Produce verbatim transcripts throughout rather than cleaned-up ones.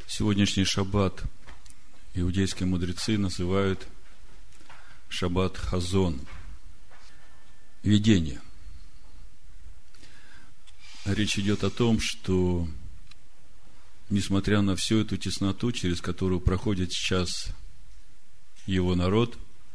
Сегодняшний шаббат иудейские мудрецы называют шаббат хазон, видение. Речь идет о том, что несмотря на всю эту тесноту, через которую проходит сейчас его народ,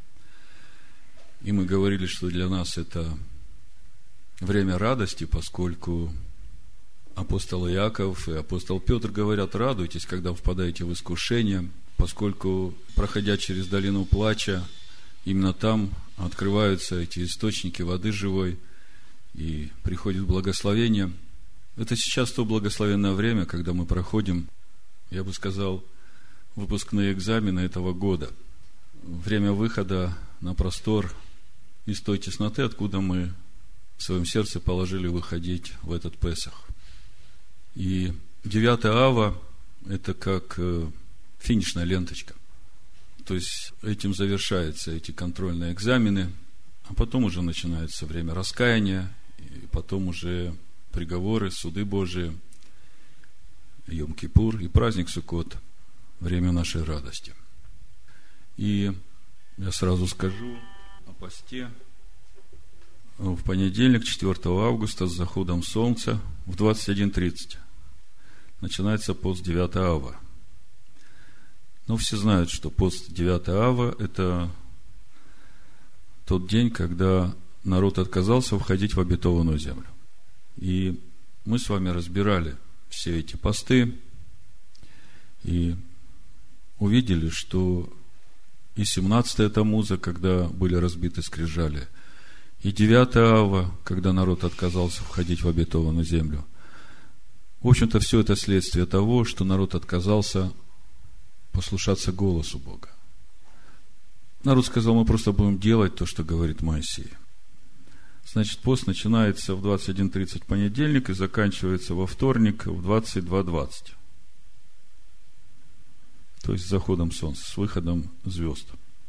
и мы говорили, что для нас это время радости, поскольку апостол Иаков и апостол Петр говорят: радуйтесь, когда впадаете в искушение, поскольку, проходя через долину плача, именно там открываются эти источники воды живой, и приходит благословение. Это сейчас то благословенное время, когда мы проходим, я бы сказал, выпускные экзамены этого года. Время выхода на простор из той тесноты, откуда мы в своем сердце положили выходить в этот Песах. И девятое ава – это как финишная ленточка. То есть этим завершаются эти контрольные экзамены, а потом уже начинается время раскаяния, и потом уже приговоры, суды Божии, Йом-Кипур и праздник Суккот, время нашей радости. И я сразу скажу о посте. В понедельник, четвёртого августа, с заходом солнца в двадцать один тридцать начинается пост девятое ава. Но все знают, что пост девятое ава – это тот день, когда народ отказался входить в обетованную землю. И мы с вами разбирали все эти посты и увидели, что и семнадцатое Тамуза, когда были разбиты скрижали, и девятое ава, когда народ отказался входить в обетованную землю. В общем-то, все это следствие того, что народ отказался послушаться голосу Бога. Народ сказал: мы просто будем делать то, что говорит Моисей. Значит, пост начинается в двадцать один тридцать понедельник и заканчивается во вторник в двадцать два двадцать. То есть с заходом солнца, с выходом звезд.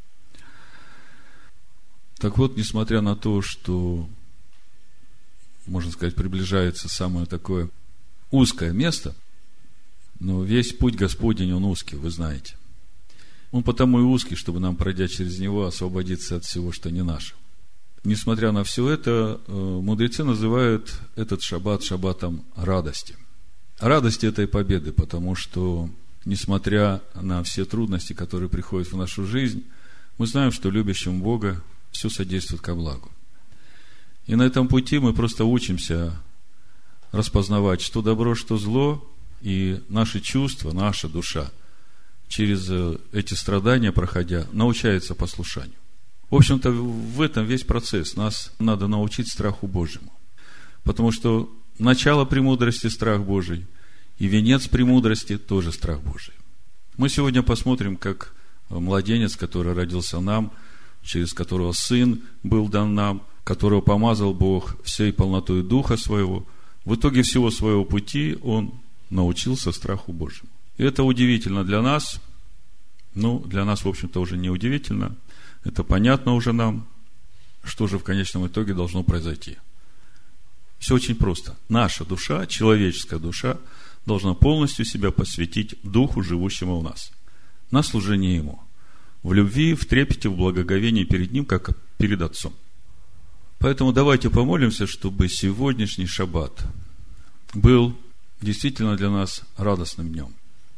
Так вот, несмотря на то, что, можно сказать, приближается самое такое узкое место, но весь путь Господень, он узкий, вы знаете. Он потому и узкий, чтобы нам, пройдя через него, освободиться от всего, что не наше. Несмотря на все это, мудрецы называют этот шаббат шаббатом радости. Радости этой победы, потому что, несмотря на все трудности, которые приходят в нашу жизнь, мы знаем, что любящим Бога все содействует ко благу. И на этом пути мы просто учимся распознавать, что добро, что зло, и наши чувства, наша душа, через эти страдания проходя, научается послушанию. В общем-то, в этом весь процесс. Нас надо научить страху Божьему. Потому что начало премудрости – страх Божий, и венец премудрости – тоже страх Божий. Мы сегодня посмотрим, как младенец, который родился нам, через которого Сын был дан нам, которого помазал Бог всей полнотой Духа Своего, в итоге всего своего пути он научился страху Божьему. И это удивительно для нас. Ну, для нас, в общем-то, уже не удивительно. Это понятно уже нам, что же в конечном итоге должно произойти. Все очень просто. Наша душа, человеческая душа, должна полностью себя посвятить Духу, живущему в нас, на служение Ему, в любви, в трепете, в благоговении перед Ним, как перед Отцом. Поэтому давайте помолимся, чтобы сегодняшний шаббат был действительно для нас радостным днем.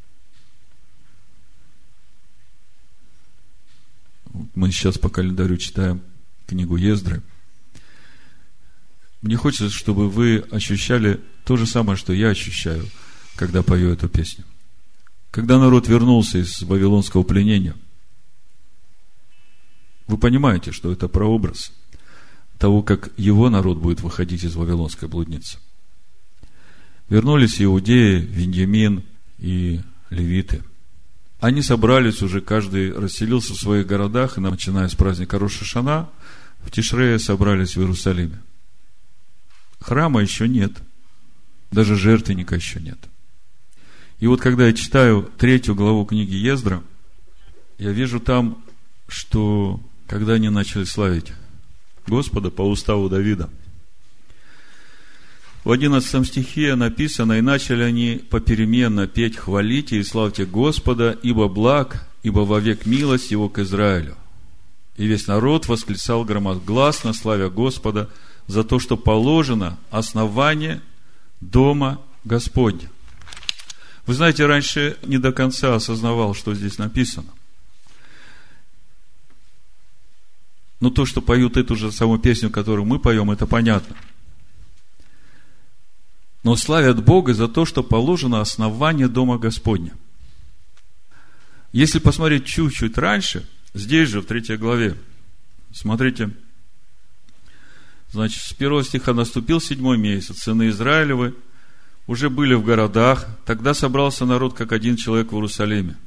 Мы сейчас по календарю читаем книгу Ездры. Мне хочется, чтобы вы ощущали то же самое, что я ощущаю, когда пою эту песню. Когда народ вернулся из вавилонского пленения, вы понимаете, что это прообраз того, как его народ будет выходить из вавилонской блудницы. Вернулись иудеи, Виньямин и левиты. Они собрались уже, каждый расселился в своих городах, и, начиная с праздника Рош ха-Шана, в Тишрее собрались в Иерусалиме. Храма еще нет, даже жертвенника еще нет. И вот когда я читаю третью главу книги Ездра, я вижу там, что когда они начали славить Господа по уставу Давида, В одиннадцатом стихе написано: «И начали они попеременно петь: хвалите и славьте Господа, ибо благ, ибо вовек милость Его к Израилю. И весь народ восклицал громогласно, славя Господа, за то, что положено основание дома Господня». Вы знаете, раньше не до конца осознавал, что здесь написано. Но то, что поют эту же самую песню, которую мы поем, это понятно. Но славят Бога за то, что положено основание дома Господня. Если посмотреть чуть-чуть раньше, здесь же, в третьей главе, смотрите, значит, с первого стиха: «Наступил седьмой месяц, сыны Израилевы уже были в городах, тогда собрался народ, как один человек в Иерусалиме».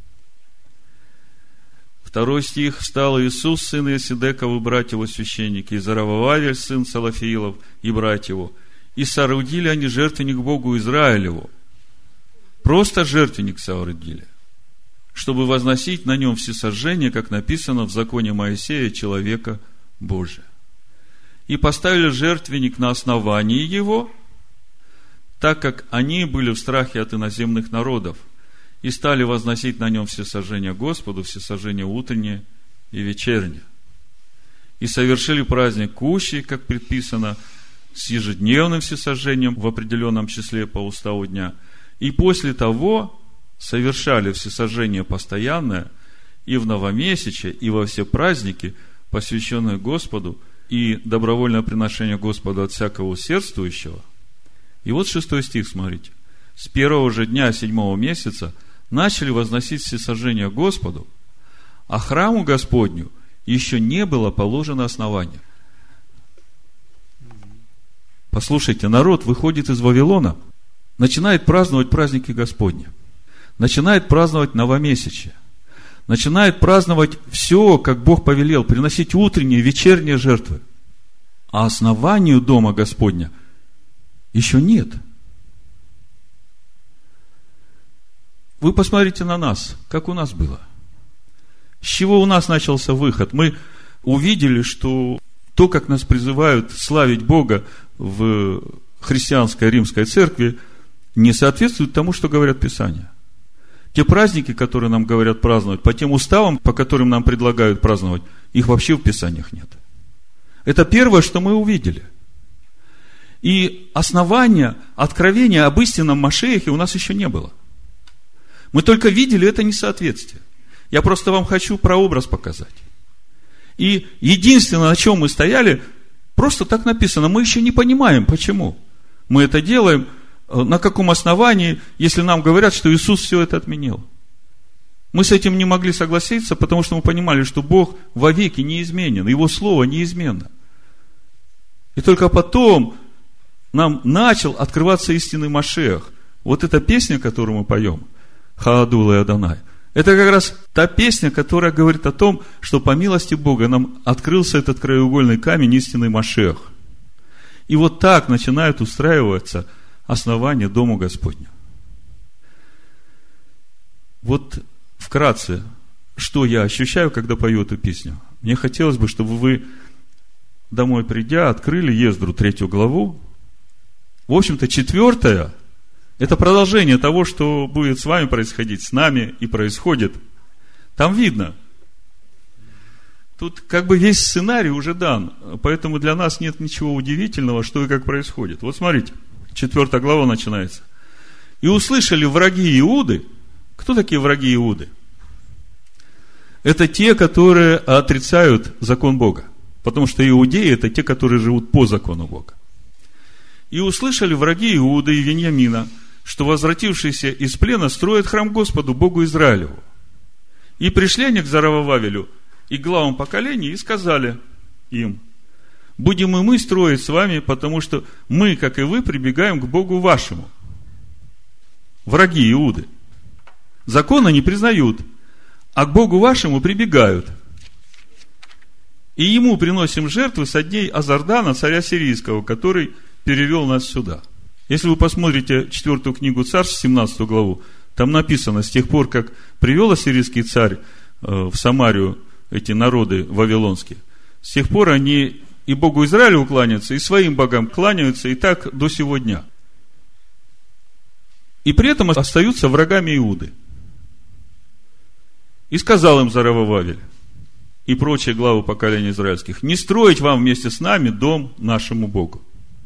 Второй стих: «Встал Иисус, сын Иосидеков, и братья его священники, и Заравававель, сын Салафиилов, и братья его, и соорудили они жертвенник Богу Израилеву». Просто жертвенник соорудили, чтобы возносить на нем всесожжение, как написано в законе Моисея, человека Божия. И поставили жертвенник на основании его, так как они были в страхе от иноземных народов, и стали возносить на нем всесожжение Господу, всесожжение утреннее и вечернее. И совершили праздник кущи, как предписано, с ежедневным всесожжением в определенном числе по уставу дня. И после того совершали всесожжение постоянное и в новомесяче, и во все праздники, посвященные Господу, и добровольное приношение Господу от всякого усердствующего. И вот шестой стих, смотрите. «С первого же дня седьмого месяца начали возносить всесожжение Господу, а храму Господню еще не было положено основание». Послушайте, народ выходит из Вавилона, начинает праздновать праздники Господни, начинает праздновать новомесячие, начинает праздновать все, как Бог повелел, приносить утренние, вечерние жертвы. А основанию дома Господня еще нет. Вы посмотрите на нас, как у нас было. С чего у нас начался выход? Мы увидели, что то, как нас призывают славить Бога в христианской римской церкви, не соответствует тому, что говорят Писания. Те праздники, которые нам говорят праздновать, по тем уставам, по которым нам предлагают праздновать, их вообще в Писаниях нет. Это первое, что мы увидели. И основания, откровения об истинном Машиахе у нас еще не было. Мы только видели это несоответствие. Я просто вам хочу прообраз показать. И единственное, на чем мы стояли, просто так написано. Мы еще не понимаем, почему мы это делаем, на каком основании, если нам говорят, что Иисус все это отменил. Мы с этим не могли согласиться, потому что мы понимали, что Бог вовеки неизменен, Его Слово неизменно. И только потом нам начал открываться истинный Машиах. Вот эта песня, которую мы поем, Хаадула и Адонай, это как раз та песня, которая говорит о том, что по милости Бога нам открылся этот краеугольный камень, истинный Машиах. И вот так начинает устраиваться основание Дому Господню. Вот вкратце, что я ощущаю, когда пою эту песню. Мне хотелось бы, чтобы вы, домой придя, открыли Ездру, третью главу. В общем-то, четвертая – это продолжение того, что будет с вами происходить, с нами и происходит. Там видно. Тут как бы весь сценарий уже дан, поэтому для нас нет ничего удивительного, что и как происходит. Вот смотрите, четвертая глава начинается. «И услышали враги Иуды». Кто такие враги Иуды? Это те, которые отрицают закон Бога. Потому что иудеи – это те, которые живут по закону Бога. «И услышали враги Иуды и Веньямина, что возвратившиеся из плена строят храм Господу, Богу Израилеву. И пришли они к Заравававелю и главам поколений и сказали им: будем и мы строить с вами, потому что мы, как и вы, прибегаем к Богу вашему». Враги Иуды. Закона не признают, а к Богу вашему прибегают. И ему приносим жертвы со дней Азардана, царя сирийского, который перевел нас сюда. Если вы посмотрите четвертую книгу Царств, семнадцатую главу, там написано: с тех пор, как привел ассирийский царь в Самарию эти народы вавилонские, с тех пор они и Богу Израилю кланяются, и своим богам кланяются, и так до сего дня. И при этом остаются врагами Иуды. И сказал им Зоровавель и прочие главы поколений израильских: не строить вам вместе с нами дом нашему Богу.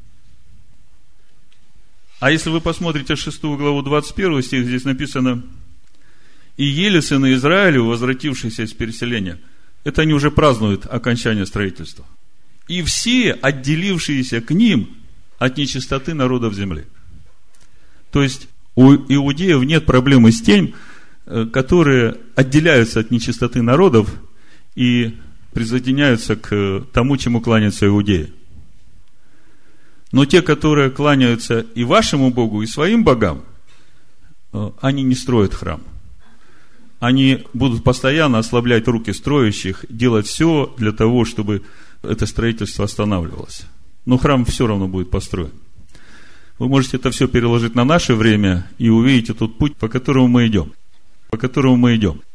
А если вы посмотрите шестую главу, двадцать первый стих, здесь написано: и ели сыны Израилю, возвратившиеся из переселения. Это они уже празднуют окончание строительства. И все, отделившиеся к ним от нечистоты народов земли. То есть у иудеев нет проблемы с тем, которые отделяются от нечистоты народов и присоединяются к тому, чему кланяются иудеи. Но те, которые кланяются и вашему Богу, и своим богам, они не строят храм. Они будут постоянно ослаблять руки строящих, делать все для того, чтобы это строительство останавливалось. Но храм все равно будет построен. Вы можете это все переложить на наше время и увидите тот путь, по которому мы идем. По которому мы идем.